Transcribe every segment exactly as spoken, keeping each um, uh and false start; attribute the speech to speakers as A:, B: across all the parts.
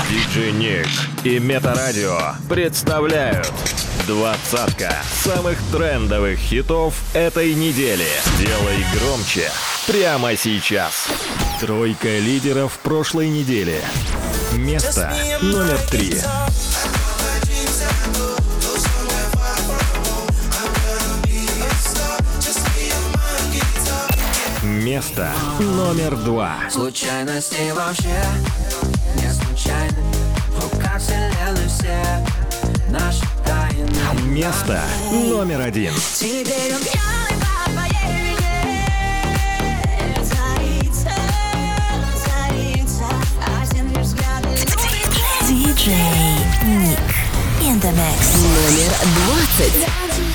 A: диджей Ник и Метарадио представляют двадцатка самых трендовых хитов этой недели. Делай громче прямо сейчас. Тройка лидеров прошлой недели. Место номер три. Место номер два.
B: Случайности вообще не случайны. В руках вселенной все наши тайны.
A: Место номер один.
C: Теперь он пьяный по твоей вине. Царица, царица, один лишь взгляд.
D: диджей Ник in the mix. Номер двадцать.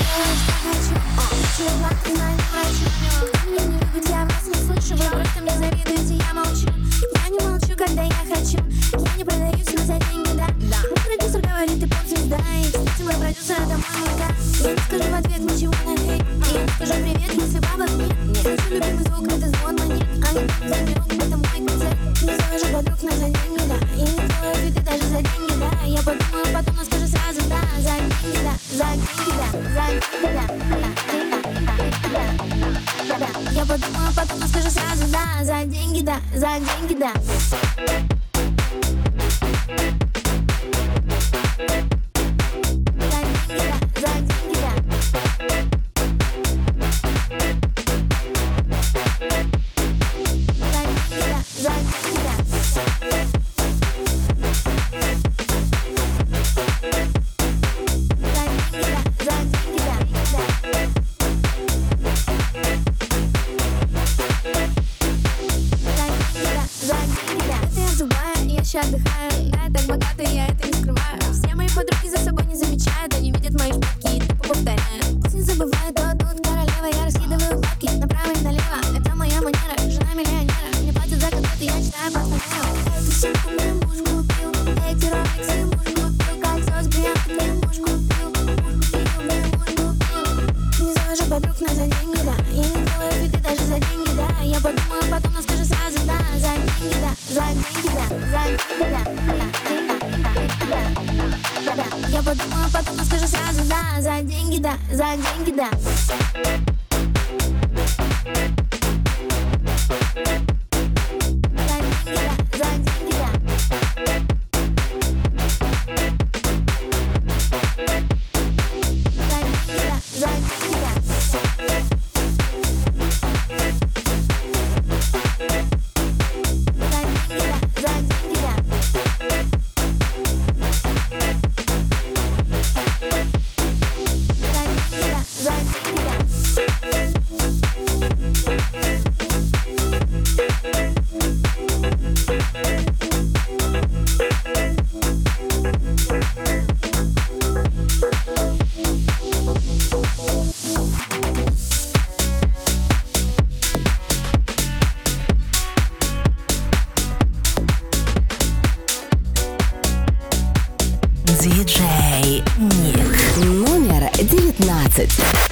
E: Я вас не слышу, вы просто мне завидуете, я молчу. Я не молчу, когда я хочу. Я не продаюсь, но за деньги, да. Мой продюсер говорит, ты поп-звезда. И встретила продюсера, это мой мужика. Я не скажу в ответ ничего на хейт. И я не скажу привет, если бабок нет. Не хочу любимый звук, это звон монет. А не заберу, это мой концерт. Не завожу подруг, но за деньги, да. И не делаю виды даже за деньги, да. Я подумаю потом, но скажу сразу, да. За деньги, да, за деньги, да, за деньги, да, да, да, да, да. Я подумаю потом, но скажу сразу, да. За деньги, да, за деньги, да. Отдыхаю, я так богата, я это не скрываю. Все мои подруги за собой не замечают. Они видят мои шпильки и тупо повторяют. Пусть не забывают, то тут королева. Я раскидываю бабки направо и налево. Это моя манера, жена миллионера. Мне платят за концерты, я читаю постанову. Эту сумку мне муж купил. Эти роликсы муж купил. Кольцо с бриллиантами муж купил. Муж купил, мне муж купил. Не завожу подруг, но за деньги, да. Я не делаю виды даже за деньги, да. Я подумаю потом, но скажу сразу, да. За деньги, да, за деньги, да, за деньги, да, да, да. Я подумаю потом, но скажу сразу, да. За деньги, да, за деньги, да.
D: диджей Ник. Номер девятнадцать.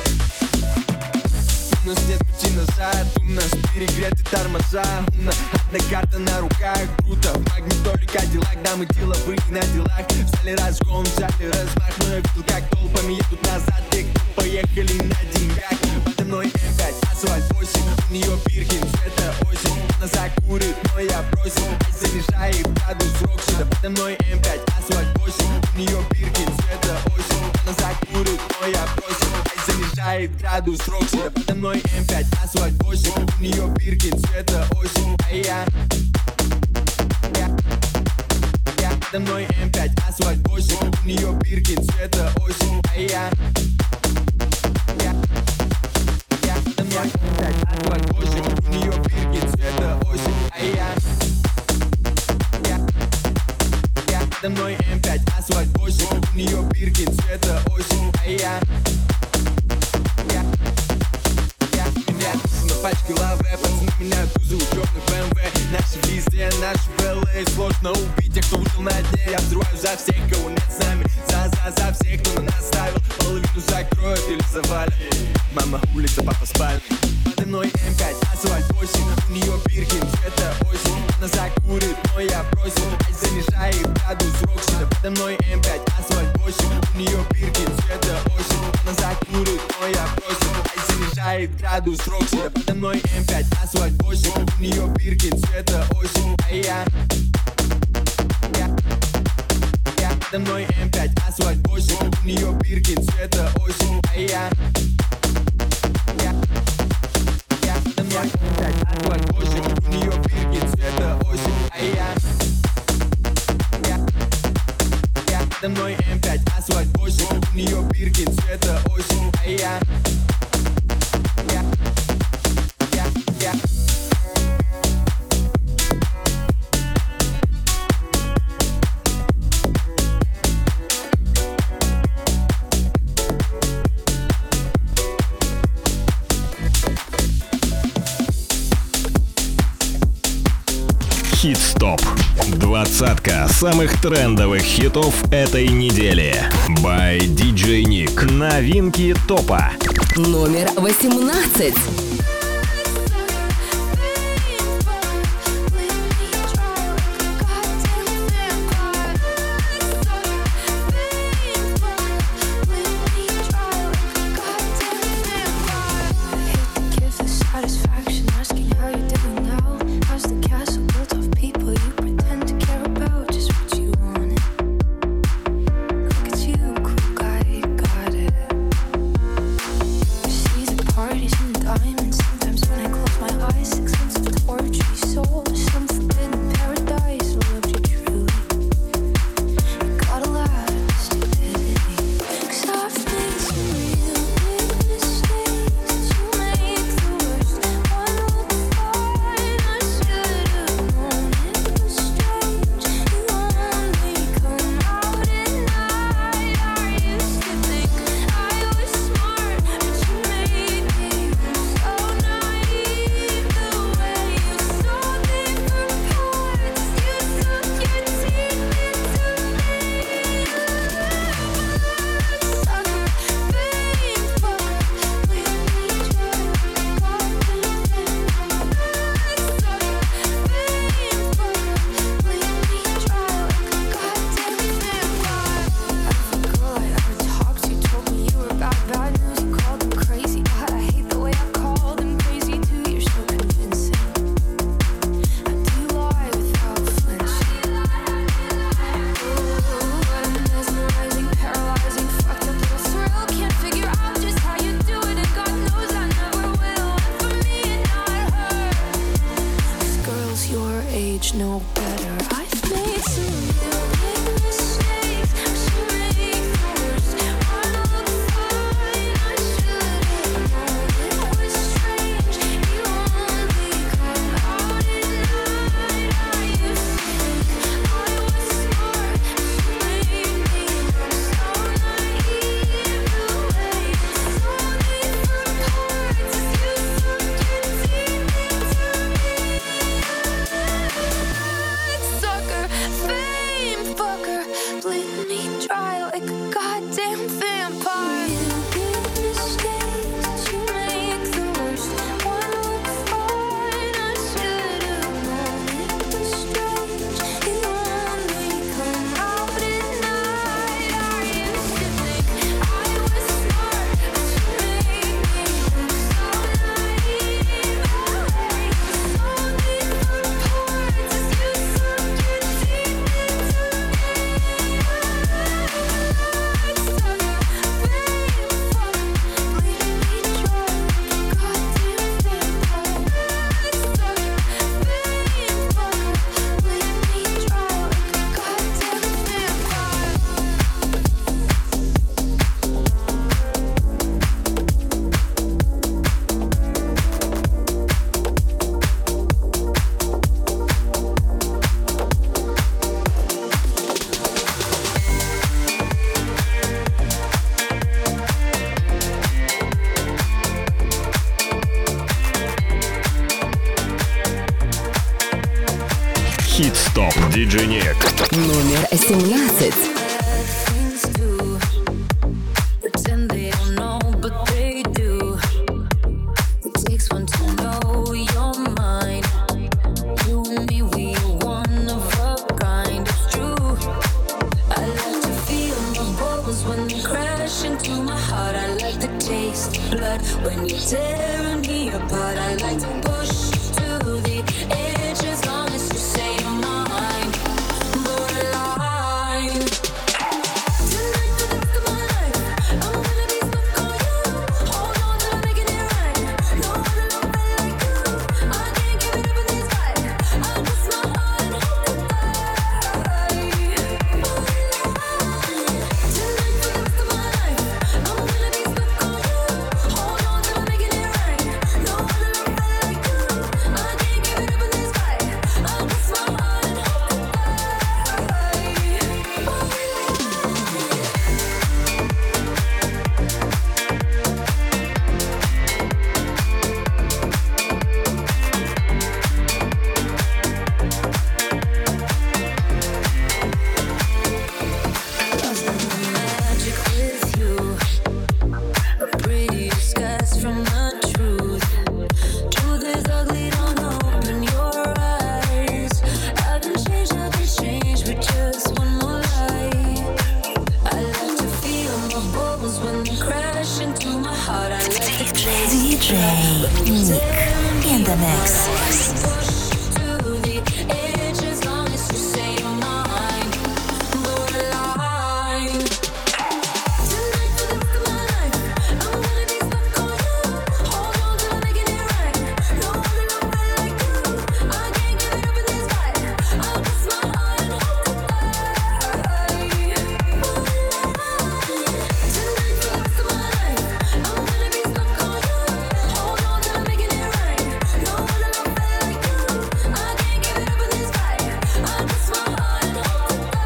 B: У нас нет пути назад, у нас перегреты тормоза. У нас одна карта на руках, круто. В магнитоле Кадиллак, да мы деловые на делах. Взяли разгон, взяли размах. Но я видел, как толпами едут назад. Те, кто поехали на деньгах. Подо мной эм пять, асфальт восемь. У нее Биркин, цвета осень. Она закурит, но я бросил. Занижает градус Рокси. Да подо мной эм пять, асфальт восемь. У нее Биркин, цвета осень. Она закурит, но я бросил. Занижает градус Рокси. Да подо мной эм пять, асфальт восемь. У нее Биркин, цвета осень. А я Я подо мной эм пять, асфальт восемь. У нее Биркин, цвета осень. А я Я Я подо мной эм пять, асфальт восемь. У нее Биркин, цвета осень. А я Я Я подо мной эм пять, асфальт восемь. У нее Биркин, цвета осень. А я Я Я Меня на пачке лавы, пацаны меня тузы, учебный бэ эм вэ. Наши везде, наши в эл эй. Сложно убить тех, кто ушел на дне. Я взрываю за всех, кого нет с нами. За-за-за всех, кто на нас ставил. Половину закроют или завалят. Мама улица, папа спальный. подо мной эм пять, асфальт восемь. У нее биркин цвета осень. Она закурит, но я просим, ай, занижает градус Роксина. Подо мной эм пять, асфальт восемь. У нее биркин цвета осень. Она закурит, но я просим, ай, занижает градус Роксина. Подо мной эм пять, асфальт восемь. У нее биркин цвета осень. А я Подо мной эм пять, асфальт восемь. У нее биркин цвета осень. А я Я Я Подо мной эм пять, асфальт восемь. У нее биркин цвета осень. А я Я Я Подо мной эм пять, асфальт восемь. У нее биркин цвета осень. А я Я Я Я
A: Хит-стоп. Двадцатка самых трендовых хитов этой недели. By ди джей Nick. Новинки топа.
D: Номер восемнадцать.
A: Хит-стоп. ди джей Nick.
D: Номер семнадцать.
C: Pretend they don't know, but they do. It takes one to blood when you're tearing me apart. I like to push to the edge as long as you say you're mine. Borderline. Tonight for the rest of my life, I'm gonna be stuck on you. Hold on till I'm making it right. No other love felt like you. I can't give it up in this fight. I'll cross my heart and hope to die. Tonight for the rest of my life, I'm gonna be stuck on you. Hold on till I'm making it right. No other love felt like you. I can't give it up in this fight. I'll cross my heart and hope to die. Lost in the magic with you. A pretty disguise from the truth. Truth is ugly, don't open your eyes. I can change, I can change with just one more lie. I like to feel my bubbles when they crash into my heart. I like to
F: ди джей Nick in the mix.
C: push to the edge as long as you say you're mine. Borderline. Tonight for the rest of my life, I'm gonna be stuck on you. Hold on till I'm making it right. No other love felt like you. I can't give it up in this fight. I'll cross my heart and hope to die. Tonight for the rest of my life, I'm gonna be stuck on you. Hold on till I'm making it right. No other love felt like you. I can't give it up in this fight. I'll cross my heart and hope to die.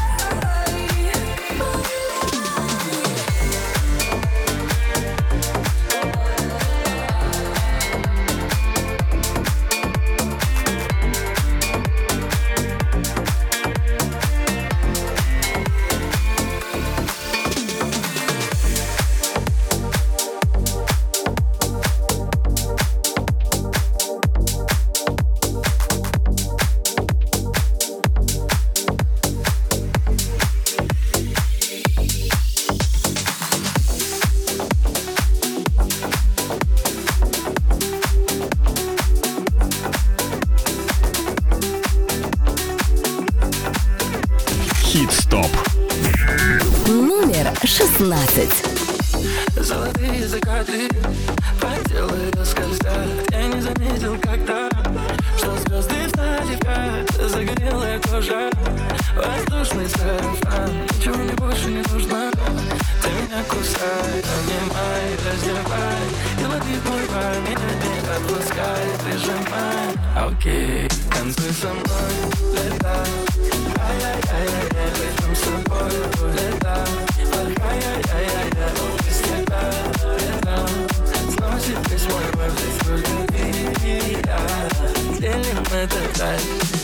A: Хит-стоп.
D: Номер шестнадцать.
G: Золотые закаты по телу скользят. Я не заметил, когда что звезды встали в ряд. Загорелая кожа, воздушный сарафан. Ничего мне больше не нужно. Ты меня кусай, обнимай, раздевай. И лови мой пар, меня не отпускай, прижимай. Окей, танцуй со мной, летай. Ай-яй-яй-яй, возьмем с собой, летай. Ай-яй-яй-яй, без тебя, летом. Сносит весь мой мир, здесь только ты и я. Делим этот рай.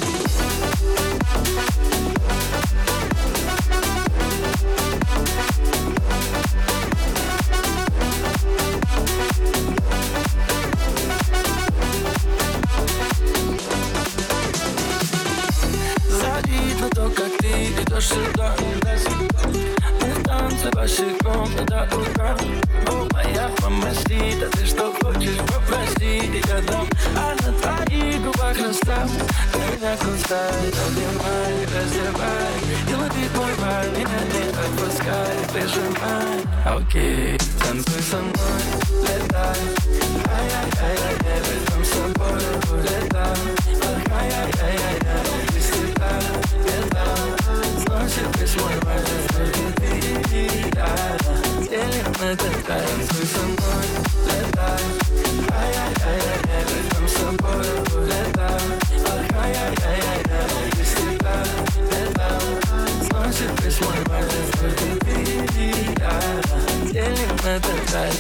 G: Завидно то, как ты идешь сюда. Мы в танце босиком до утра. О, моя мамасита, ты что хочешь, попроси, я дам. А на твоих губах расстав. Ты меня кусай, обнимай, раздевай. И лови мой пар, меня не отпускай, прижимай. Окей, танцуй со мной, летай. Ай-яй-яй-яй, возьмем с собой, летай. Ай-яй-яй-яй, без тебя, летом. Сносит весь мой мир, только ты и я. Делим этот рай. Танцуй со мной, летай. Ай-яй-яй-яй, возьмем с собой, летай. Ай-яй-яй-яй, без тебя, летом. Сносит весь мой мир, только ты и я. Делим этот рай.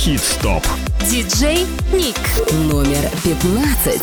A: Хит-стоп.
D: Диджей Ник. Номер пятнадцать.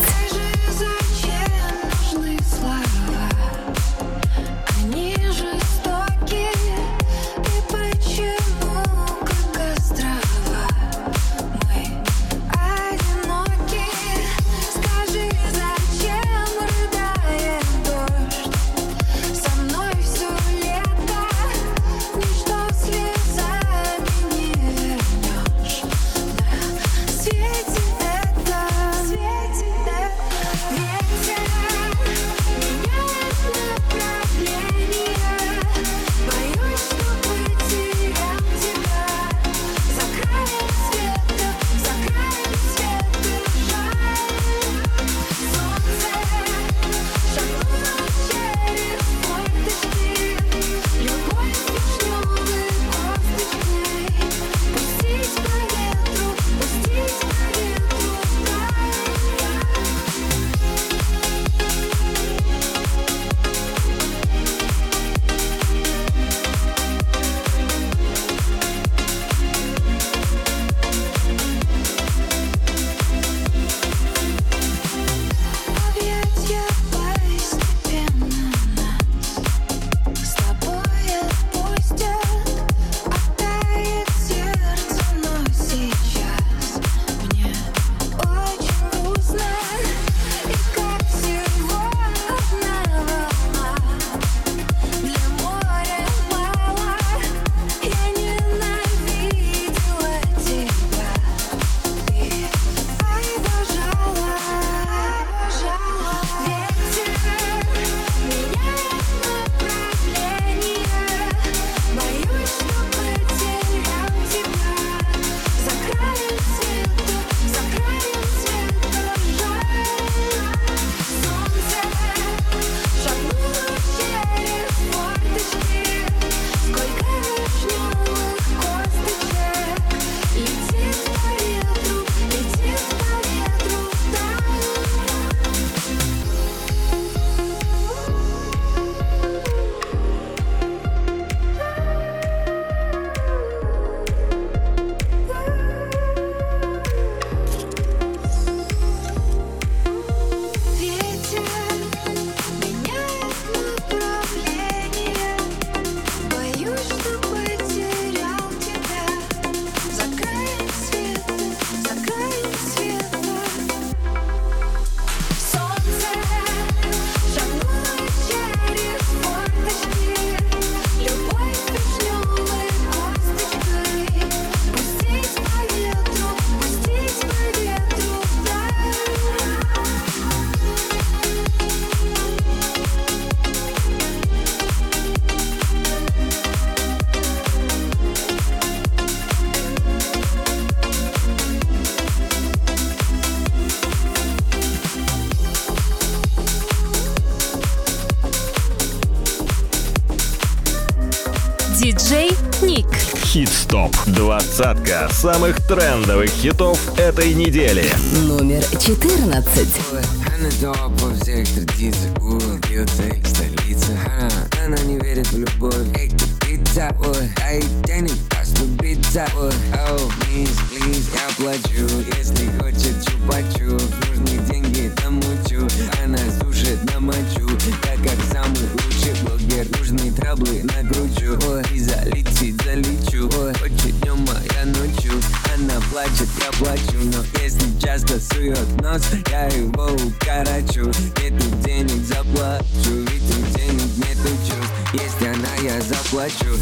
D: Диджей Ник.
A: Хит-стоп. Двадцатка самых трендовых хитов этой недели.
D: Номер четырнадцать.
H: Она топ во всех традициях, бьется их столица. Она, она не верит в любовь. Эй, пицца, ой, дай денег, оступиться, ой. Oh, please, please, я плачу. Если хочет чупа-чу, нужны деньги, намучу. Она сушит на мочу. Я как самый лучший блогер, нужны траблы накручу. Ой, и залетит, залечу. Ой, хочет днем, а я ночью. Она плачет, я плачу. Но если часто сует нос, я его укорочу. Нету денег, заплачу. Ведь у денег нету чувств. Есть она, я заплачу.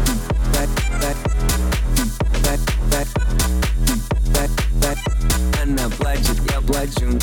H: Она плачет, я плачу.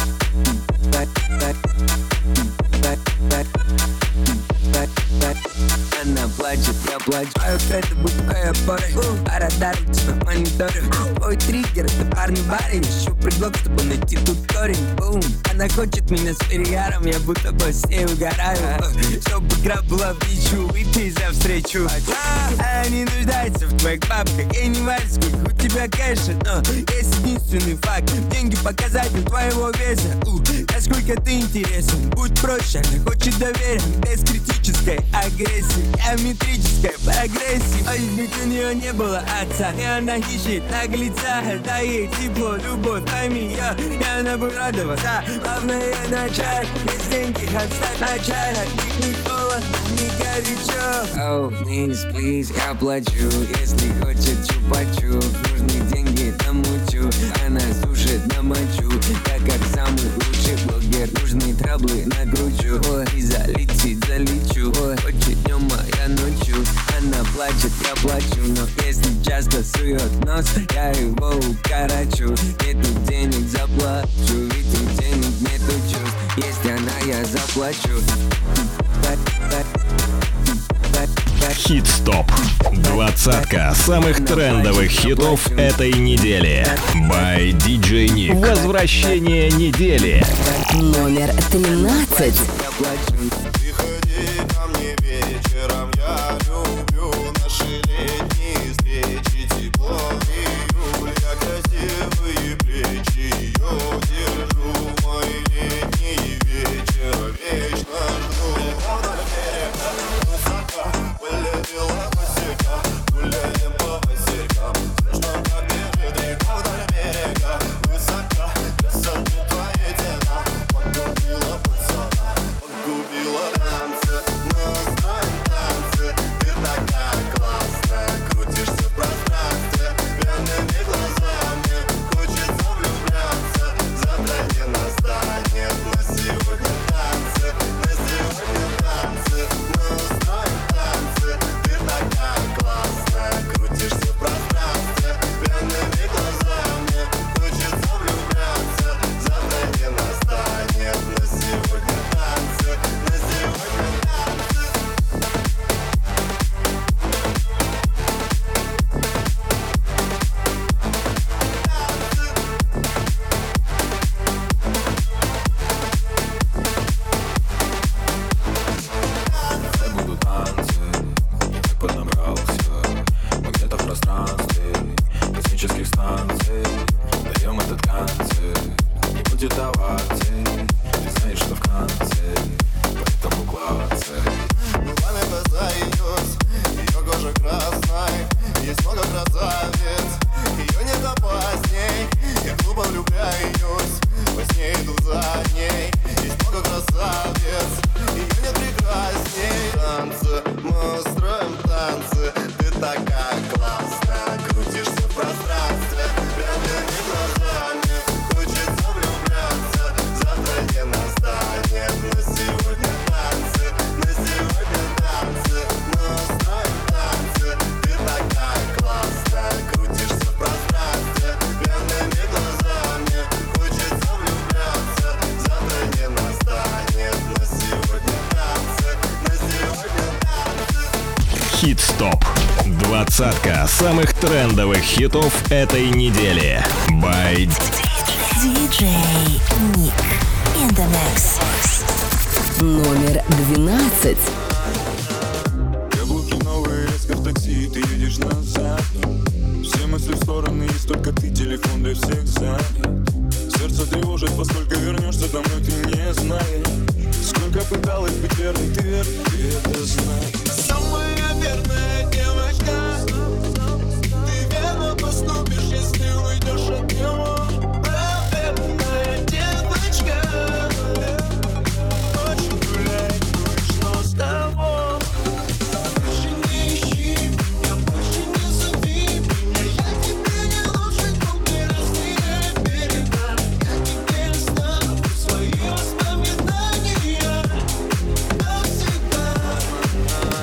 H: Она плачет, я плачу. А это будет какая пора. А радар у тебя в мониторе. Ой, триггер, это парный барин. Ищу предлог, чтобы найти тут корень. Бум. Она хочет меня с перегаром. Я будто бы с ней угораю. Чтобы игра была в ничью. Выпей за встречу. Она не нуждается в твоих бабках. Ей не важно, сколько у тебя кэша. Но есть единственный факт. Деньги показатель твоего веса. У, насколько ты интересен. Будь проще, она хочет доверия. Без критической агрессии. Геометрическая прогрессия.
I: агрессии. А ведь у нее не было отца, и она ищет наглеца. Дай ей тепло, любовь, пойми ее, и она будет радоваться. Главное начать, без деньги отстать начать. От них не холодно, не горячо.
H: Oh, please, please, я плачу. Если хочет чупа-чуп, нужны деньги, намучу. Она сушит на мочу, так как самый лучший блогер. Нужны траблы накручу. Ой, и залетит, залечу. Ой, хочет днем, а я ночью. Она плачет, я плачу. Но если часто сует нос, я его укорочу. Нету денег, заплачу. Ведь у денег нету чувств. Если она, я заплачу.
A: Хит-стоп. Двадцатка самых трендовых хитов этой недели. By ди джей Nick. Возвращение недели.
D: Номер тринадцать.
J: Приходи ко мне вечером, я люблю наши летние встречи. Тепло июля, красивые плечи. Ее держу в мой летний вечер. Вечно жду. Высоко вылетела косяка. Гуляем по василькам. Слышно, как бежит река вдоль берега. Высоко красоты твоей цена. Погубила пацана, погубила танцы. Мы устроим танцы. Ты такая классная, крутишься в пространстве. Пьяными глазами хочется влюбляться. Завтра не настанет, но сегодня танцы. На сегодня танцы. Мы устроим танцы. Ты такая классная, крутишься в пространстве. Пьяными глазами хочется влюбляться. Завтра не настанет, но сегодня танцы. На сегодня танцы.
G: Пускай будут танцы, я так поднабрался. Мы где-то в пространстве космических станций. Даем этот концерт, не будет оваций. Ты знаешь, что в конце, поэтому клацай.
J: Губами касаюсь, ее кожа красной. Есть много красавиц, ее нет опасней. Я глупо влюбляюсь, во сне иду за ней. Есть много красавиц, ее нет прекрасней. Танцы, мы устроим танцы. Ты такая классная, крутишься в пространстве. Пьяными глазами хочется влюбляться. Завтра не настанет, но сегодня танцы. На сегодня танцы, мы устроим танцы. Ты такая классная, крутишься в пространстве. Пьяными глазами хочется влюбляться. Завтра не настанет, но сегодня танцы. На сегодня танцы.
A: Хит-стоп. Двадцатка самых трендовых хитов этой недели. By
F: ди джей Nick in the mix.
D: Номер двенадцать.
J: Каблуки новые, резко в такси, ты едешь назад. Все мысли в стороны, есть только ты, телефон для всех занят. Сердце тревожит, во сколько вернешься домой, ты не знаешь. Сколько пыталась быть верной, ты верный, ты это знаешь. Самая верная девочка, ты верно поступишь, если уйдешь от него. Правильная девочка, ночью гулять будешь, но с тобой. Больше не ищи меня, больше не зови меня. Я тебе не лучший друг, не разделяй берега. Я тебе оставлю свои воспоминания навсегда.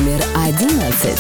D: номер одиннадцать.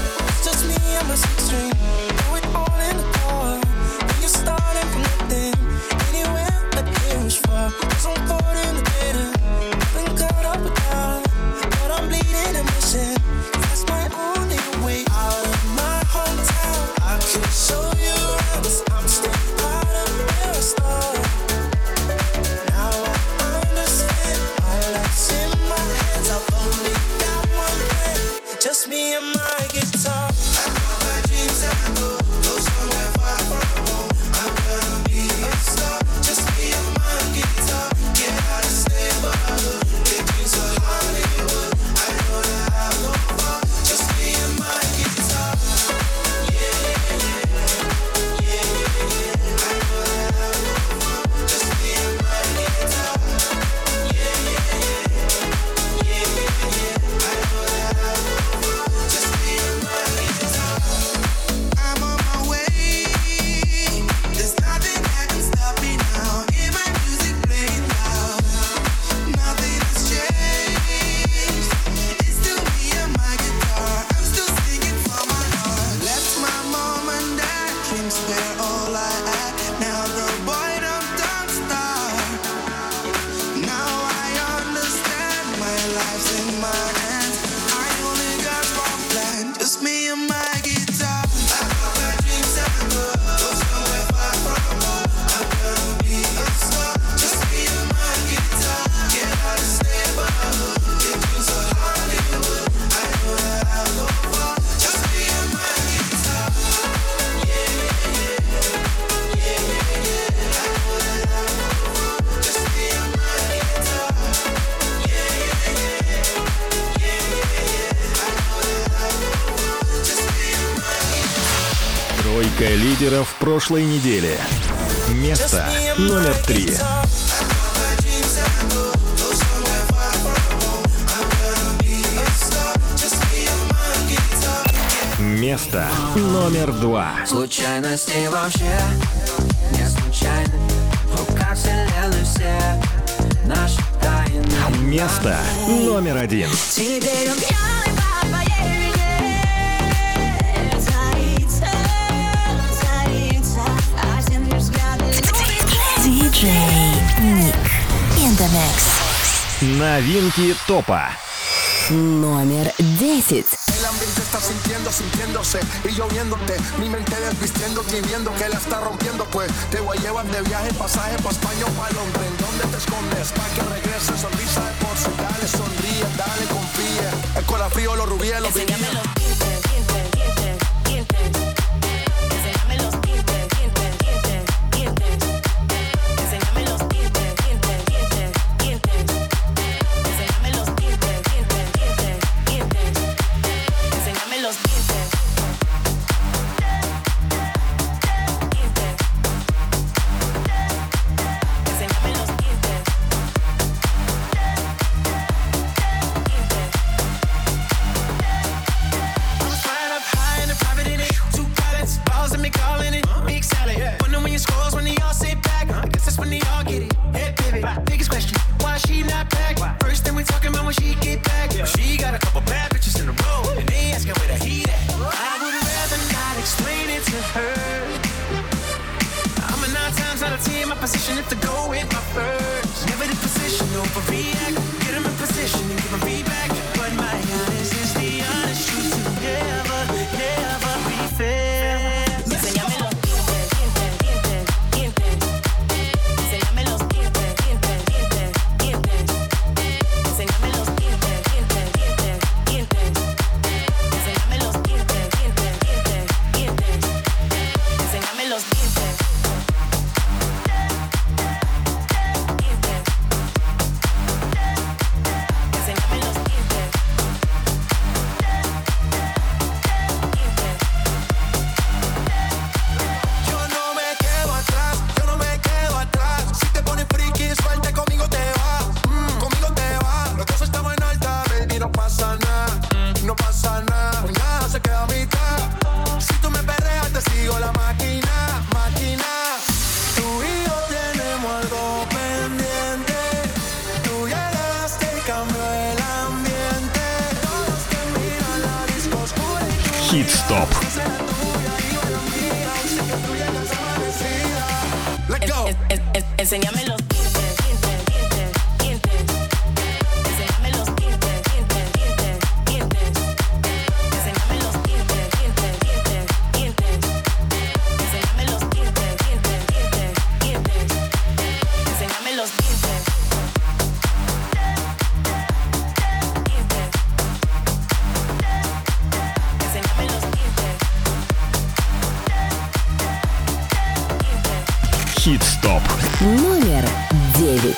A: Тройка лидеров прошлой недели. Место номер три. Место номер два.
K: Случайности вообще не случайны. В руках вселенной все наши тайны.
A: Место номер один.
C: Теперь он пьяный по твоей вине. Царица, царица, а все лишь взгляды.
F: диджей Ник in the mix.
A: Новинки топа.
D: Номер десять.
L: El ambiente está sintiendo, sintiéndose y yo viéndote, mi mente desvistiéndote y viendo que la está rompiendo, pues te voy a llevar de viaje, pasaje pa' España o pa' Londres. ¿En dónde te escondes? Pa' que regrese, sonrisa de por sí, dale, sonríe, dale, confía. El corazón frío, los rubíes, los
C: Enséñame los dientes, dientes, dientes, dientes. Enséñame los dientes, dientes, dientes, dientes. Enséñame los dientes, dientes, dientes, dientes. Enséñame los dientes, dientes, dientes, dientes. Enséñame los dientes. Dientes. Enséñame los dientes. Dientes.
A: Хит-стоп.
M: Enséñame los dientes, dientes, dientes, dientes. Enséñame los dientes, dientes, dientes, dientes. Enséñame los dientes, dientes, dientes, dientes. Enséñame los dientes, dientes, dientes, dientes. Enséñame los dientes. Enséñame los dientes.
A: Хит-стоп.
D: Номер девять.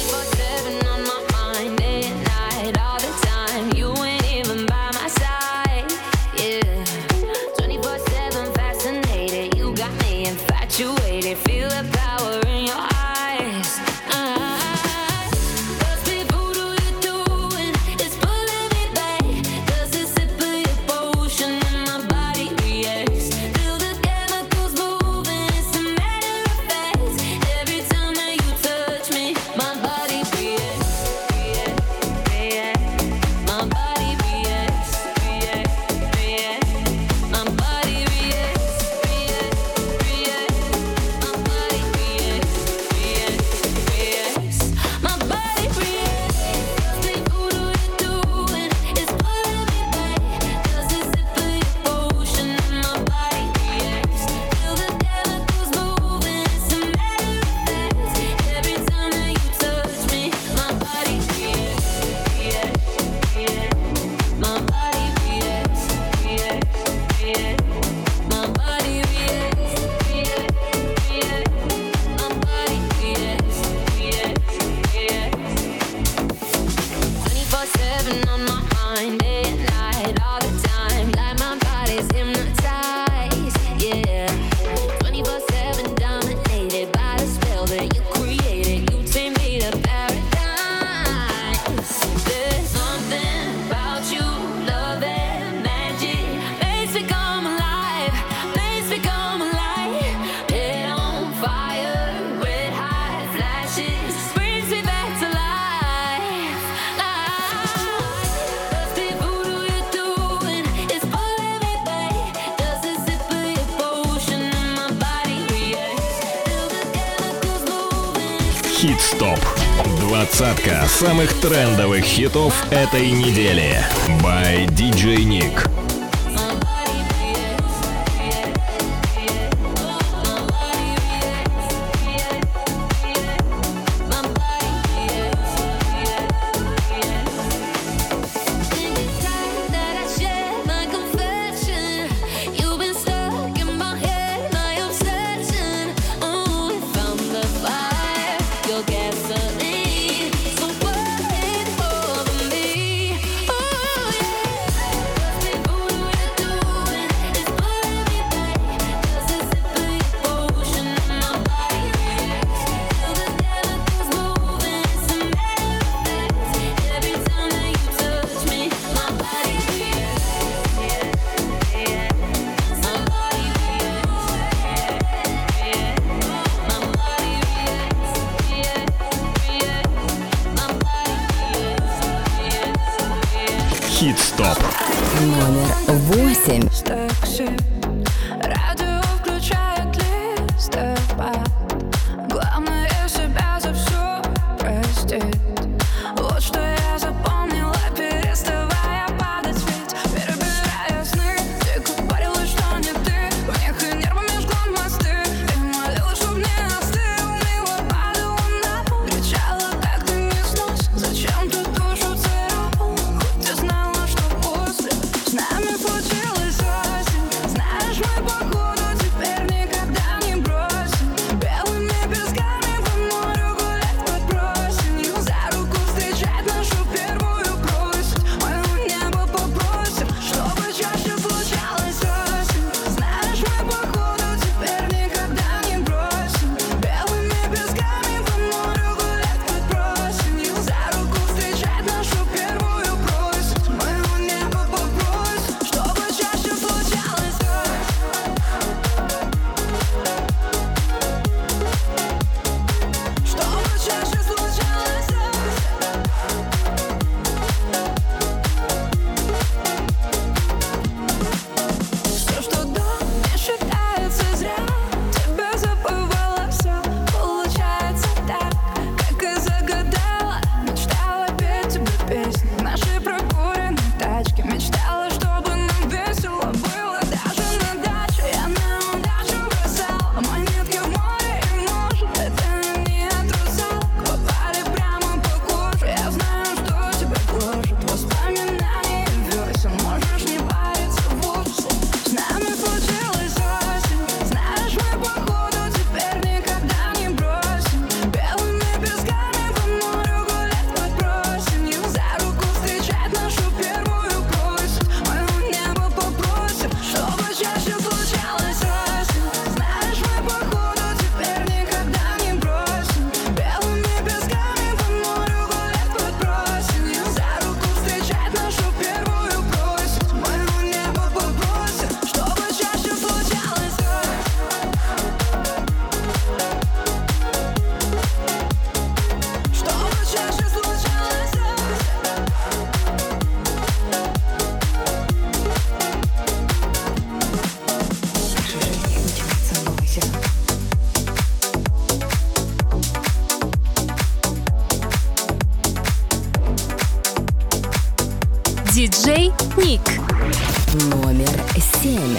A: Хит-стоп. Двадцатка самых трендовых хитов этой недели. By ди джей Nick. Хит-стоп.
D: Номер восемь.
N: Радио включает листопад. Главное себя за все простить. Вот что я запомнила, переставая падать ведь, перебирая сны. Ты говорила, что не ты. Вмех и нервами жгла мосты. И молила, чтоб не остыл. Мило падала на пол. Кричала, как ты не снос. Зачем ты душу царапал? Хоть ты знала, что после с нами случилась осень. Знаю,
O: диджей Ник.
D: Номер семь.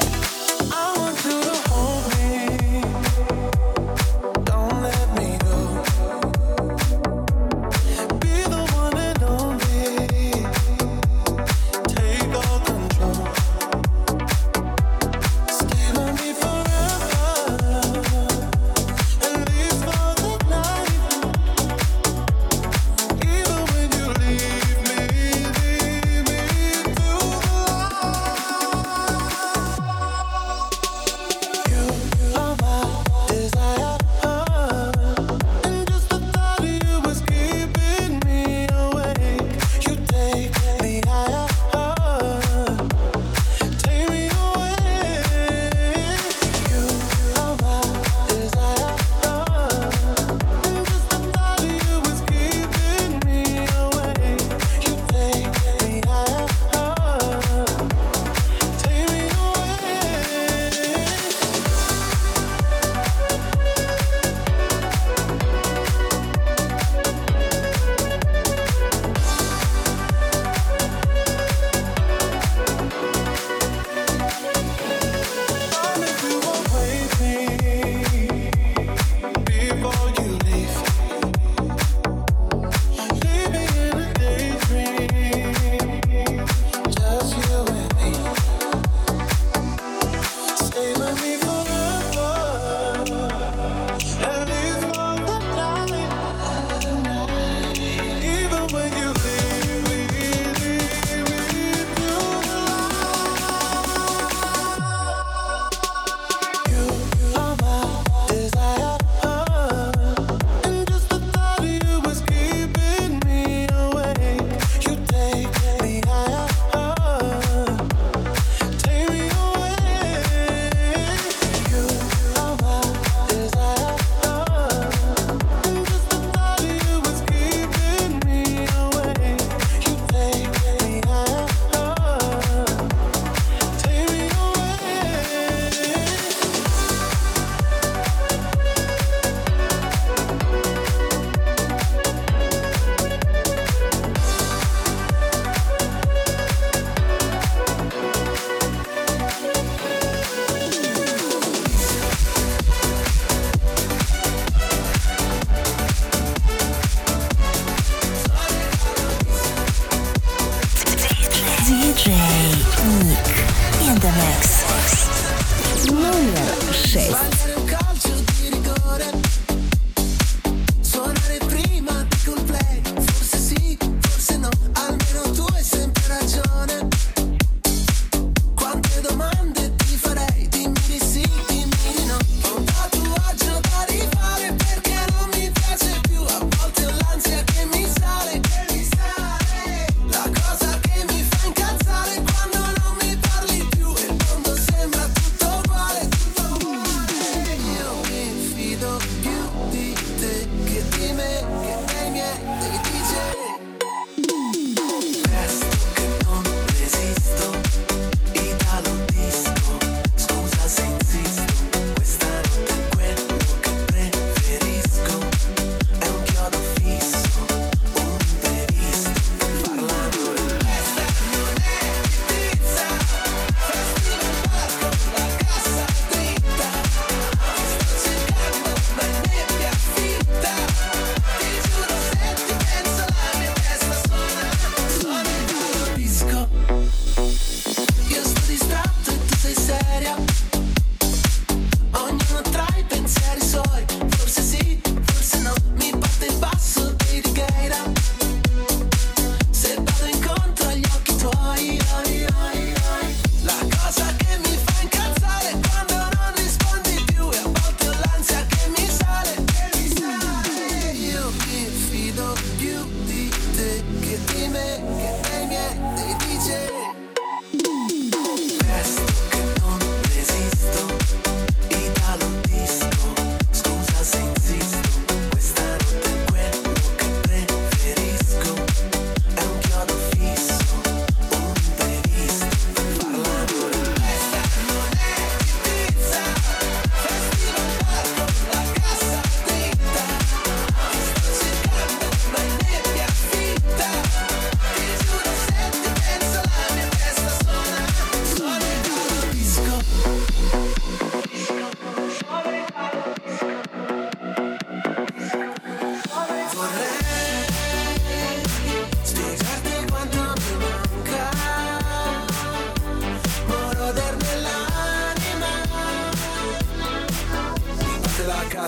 D: Номер шесть.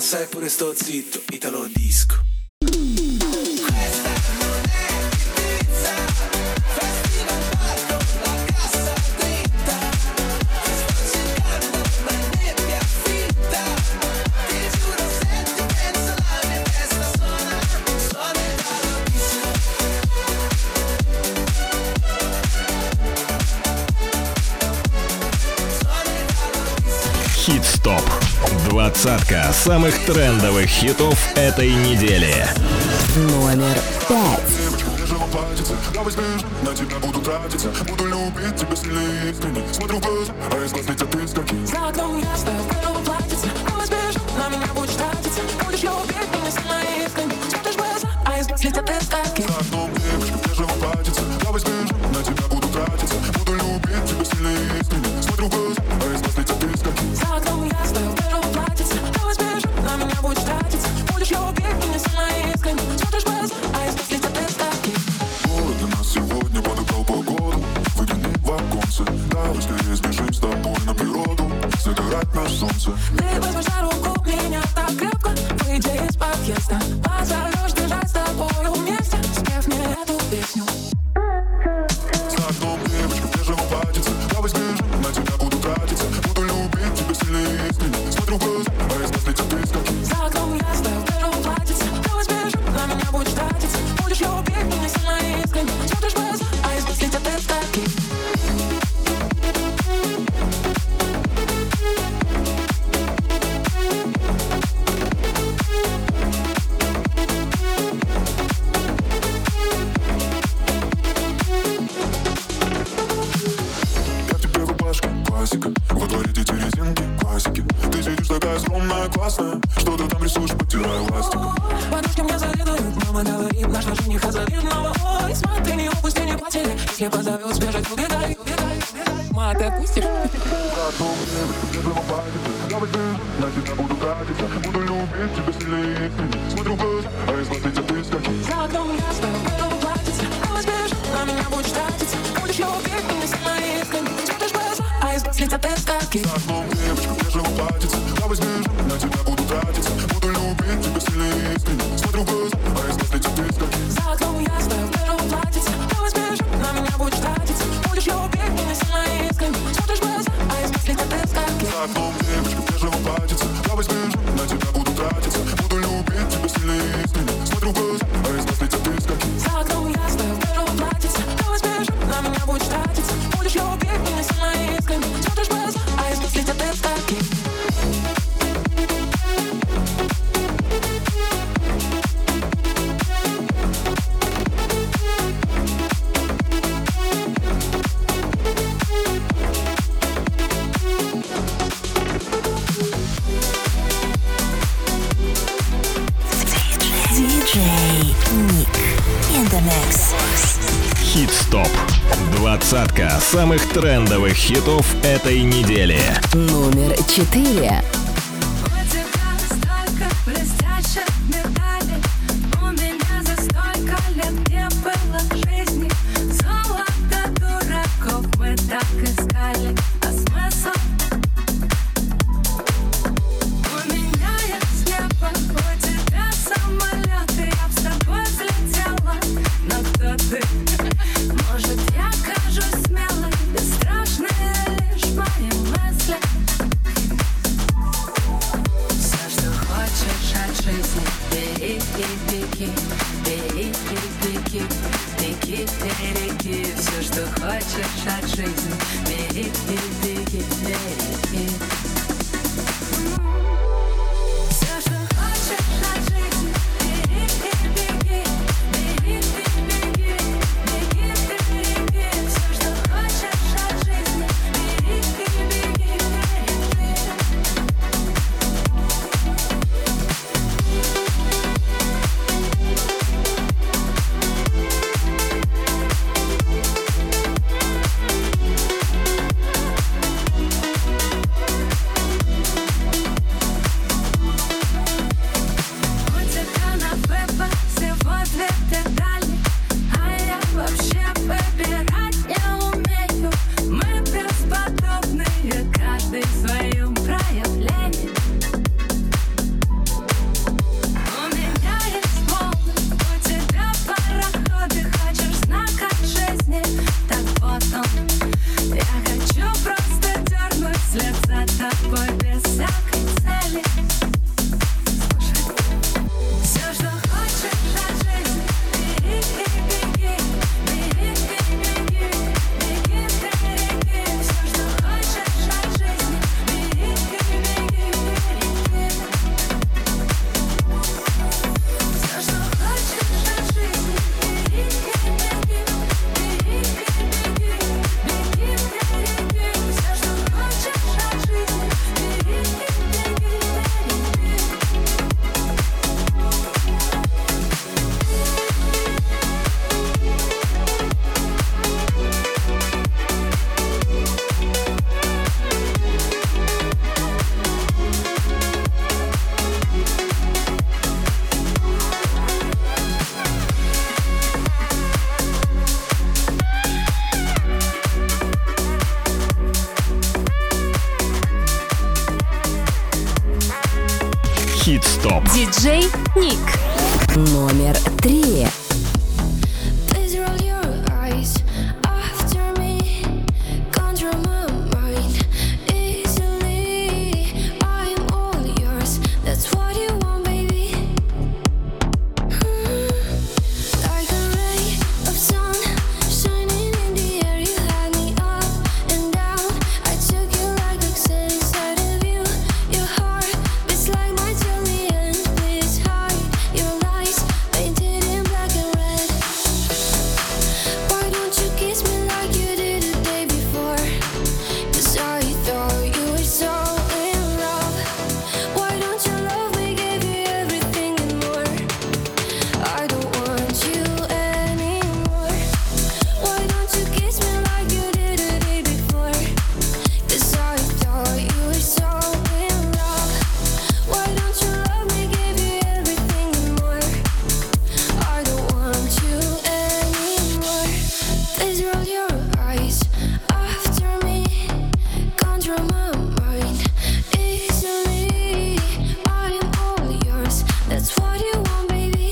O: sai pure sto zitto, Italo disco.
A: Хит-стоп. Двадцатка самых трендовых хитов этой недели.
D: Номер пять.
J: Я возьмешь, на тебя буду тратиться. Буду любить тебя сильнее искренне. Смотрю в глаза, а из глаз летят искорки.
P: За окном я стою в первом платьице. Я возьмешь, на меня будешь тратиться. Будешь любить меня сильнее искренне. Смотришь в глаза, а из глаз летят искорки.
J: За окном девочка в бежевом платьице. Я возьмешь, на тебя буду тратиться. Буду любить тебя сильнее искренне. Смотрю в глаза, а из глаз летят искорки.
P: За окном я стою в первом платьице. Я возьмешь, на меня будешь тратиться. Будешь любить меня сильнее искренне. Смотришь в глаза, а из глаз летят искорки.
J: Город для нас сегодня подобрал погоду. Выгляни в оконце. Давай скорее сбежим с тобой на природу. Загорать на солнце.
P: Ты возьмешь за руку меня так крепко. Выйди из подъезда. Позовешь бежать с тобой вместе. Спев мне эту песню.
J: За окном девочка в бежевом платьице. Я возьмешь, на тебя буду тратиться. Буду любить тебя сильнее искренне. Смотрю в глаза, а из глаз летят искорки.
P: За окном я стою в первом платьице. Я возьмешь, на меня будешь тратиться. Будешь любить меня сильнее искренне. Смотришь в глаза, а из глаз летят искорки.
J: Я в тебе рубашка, классика. Во дворе дети резинки, классики. Ты сидишь такая скромная, классная. Что ты там рисуешь, подтирая ластиком.
P: Подружки мне завидуют, мама говорит, наш жениха завидного. Ой, смотри, не упусти, не потери. Если позовет сбежать, убегай, убегай, убегай. Ма, ты отпустишь?
J: Я возьмешь, на тебя буду тратиться. Буду любить тебя сильнее искренне. Смотрю в глаза, а из глаз летят искорки.
P: За окном я стою в первом платьице. Я возьмешь, на меня будешь тратиться. Будешь любить меня сильнее искренне. Смотришь в глаза, а из глаз летят искорки.
J: За окном девочка в бежевом платьице. Я возьмешь, на тебя буду тратиться. Буду любить тебя сильнее искренне. Смотрю в глаза, а из глаз летят искорки.
P: За окном я стою в первом платьице. Я возьмешь, на меня будешь тратиться. Будешь любить меня сильнее искренне. Смотришь в глаза, а из глаз летят искорки.
J: За окном девочка в бежевом платьице. Я возьмешь, на тебя буду тратиться. Буду любить тебя сильнее искренне. Смотрю в глаза, а из глаз летят искорки.
P: За окном я стою в первом платьице. Я возьмешь, на меня будешь тратиться. Будешь любить меня сильнее искренне. Смотришь в глаза, а из глаз летят искорки.
F: диджей Ник in the mix.
A: Хит-стоп. Двадцатка самых трендовых хитов этой недели.
D: Номер четыре.
C: У тебя столько блестящих медалей. У меня за столько лет не было в жизни. Золото дураков мы так искали. А смысл? У меня есть небо, у тебя самолет. И я б с тобой взлетела. Но кто ты? Может, я кажусь смелой, бесстрашной лишь мои мысли. Все, что хочешь от жизни, бери и беги, бери и беги, беги, береги. Все, что хочешь от жизни, бери и беги, береги. Все, что хочешь от жизни, бери и беги, бери и беги, беги, береги. Все, что хочешь от жизни, бери и беги, береги.
A: Хит-стоп.
D: Диджей Ник. Номер три.
E: Please roll your eyes after me. Control my mind easily. I'm all yours. That's what you want, baby. Like a ray of sun shining in the air. You had me up and down. I took you like quicksand inside of you. Your heart beats like my Julian. Please hide your lies painted in black and red. Why don't you kiss me like you did the day before? 'Cause I thought you were so in love. Why don't you love me, give you everything and more? I don't want you anymore. Why don't you kiss me like you did the day before? 'Cause I thought you were so in love. Why don't you love me, give you everything and more? I don't want you anymore. Please roll your eyes after me. Control my mind easily. I am all yours. That's what you want, baby.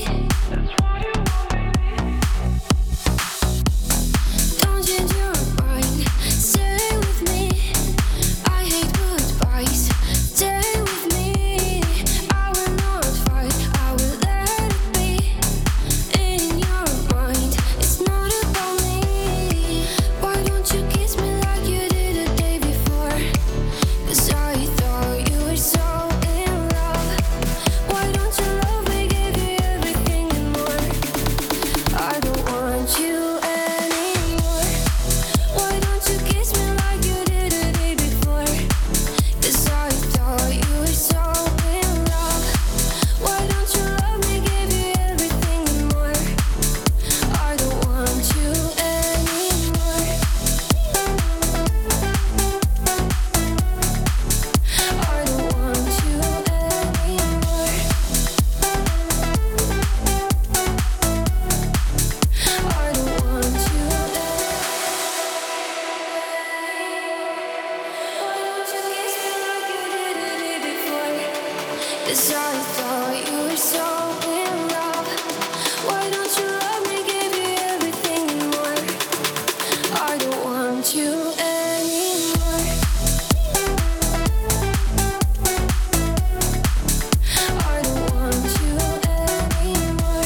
E: Don't change your mind. Stay with me. I hate goodbyes. Stay with me. I will not fight. I will let it be. In your mind, it's not about me. Why don't you kiss me like you did the day before? 'Cause I thought you were so in love. Why don't you love me, give you everything and more? I don't want you anymore. Why don't you kiss me like you did the day before? 'Cause I thought you were so in love. Why don't you love me, give you everything and more? I don't want you anymore. I don't want you anymore. I don't want you Why don't you kiss me like you did the day before? 'Cause I thought you were so in love. Why don't you love me, give you everything and more? I don't want you anymore. I don't want you anymore.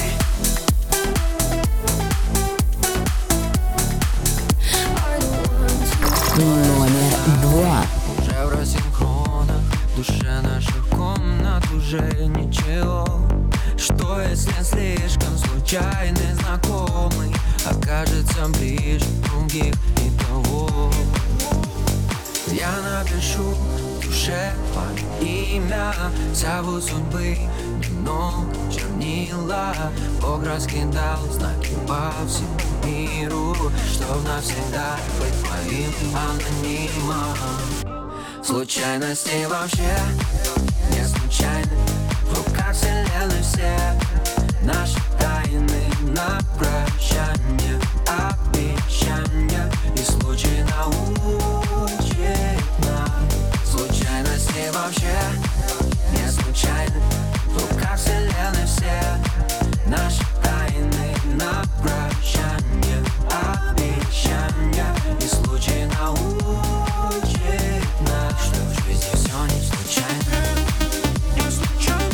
E: I don't want you.
D: Номер два.
K: Уже в рассинхронах, в душе наших комнат уже ничего. Что если слишком случайный знакомый окажется ближе других и того? Я напишу в душе твое имя, зовут судьбы немного чернила. Бог раскидал знаки по всему миру, чтоб навсегда быть твоим анонимом. Случайности вообще не случайны. В руках вселенной все наши тайны на прощание, обещания. И случай научит нас. Случайности вообще не случайны. В руках вселенной все наши тайны на прощание, обещания. И случай научит нас, что в жизни все не случайно. Не случайно.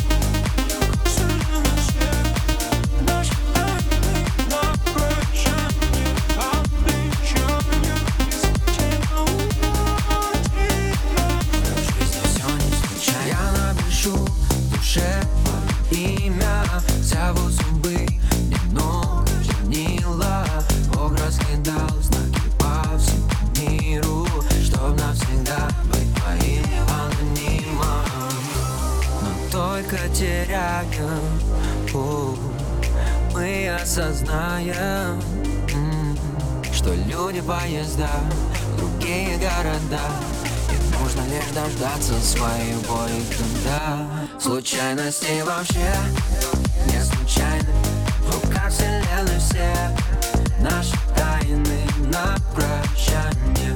K: Зовут судьбы немного чернила. Бог раскидал знаки по всему миру, чтоб навсегда быть твоим анонимом. Но только теряем путь, мы осознаем, что люди, поезда, другие города. И нужно лишь дождаться своего и тогда. Случайности вообще не случайны. В руках вселенной все наши тайны на прощание,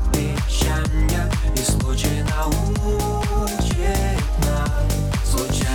K: обещания. И случай научит нас. Случайно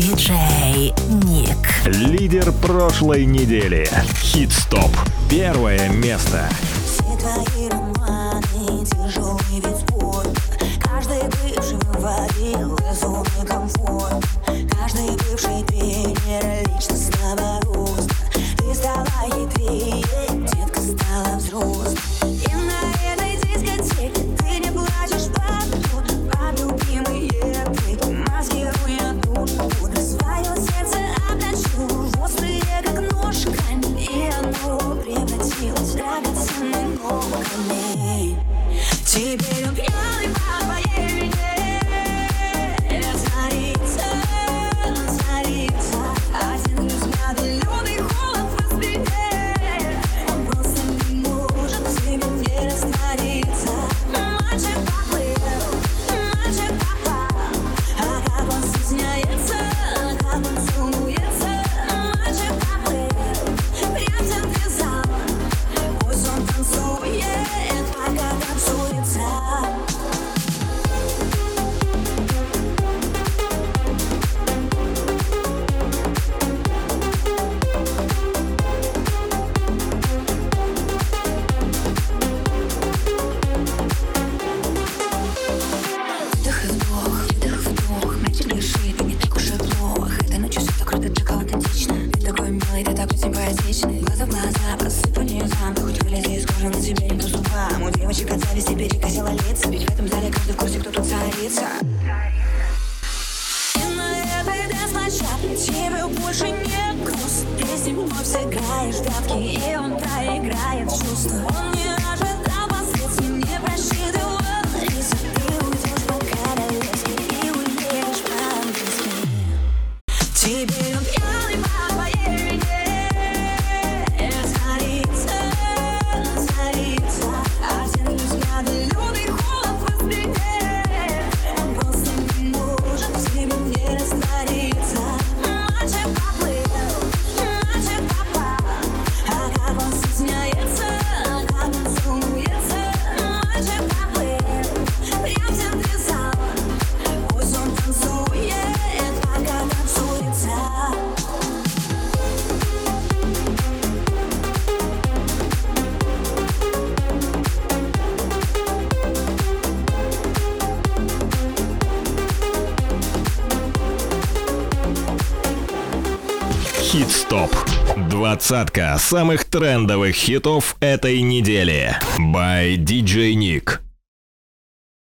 F: диджей Ник.
A: Лидер прошлой недели. Хит-стоп. Первое место.
Q: Все твои романы, тяжелый вид спорта. Каждый бывший выводил безумный комфорт. Каждый бывший тренер личностного роста. Ты стала хитрее, детка стала взрослой. И на этой дискотеке ты не плачешь под тут, под любимые треки, маскируя душу. Свое сердце обнажу, острые как нож камень, и оно превратилось в драгоценный новый камень. Теперь он пьяный по твоей вине. Царица, царица, один взгляд и лютый холод в спине. Он просто не может в себе не раствориться. Мальчик поплыл, мальчик попал. А как он стесняется, а как он целуется. Мальчик поплыл, прям в центре зала. Пусть он танцует, пока танцуется. Вдох и вдох, выдох, вдох. Мальчик, держи, ты не так уж и плох. Этой ночью все так круто, так аутентично. Ты такой милый, ты такой симпатичный. Глаза в глаза, просыпание сам. Ты хоть вылези из кожи, на тебе не по зубам. У девочек от зависти перекосило лица. Ведь в этом зале каждый в курсе, кто тут царица. И на этой дэнс-площадке тебе больше не грустно. Ты с ним вновь сыграешь в прятки, и он проиграет чувства. Он не ожидал последствий, не просчитывал риски. Ты уйдешь по-королевски и уедешь по-английски. Теперь он пьяный по твоей вине. Царица, царица, один взгляд и лютый холод в спине. Он просто не может в себе не раствориться. Мальчик поплыл, мальчик попал. А как он стесняется, а как он целуется. Мальчик поплыл, прям в центре зала. Пусть он танцует, пока танцуется.
A: Хит-стоп. Двадцатка самых трендовых хитов этой недели. By диджей Ник.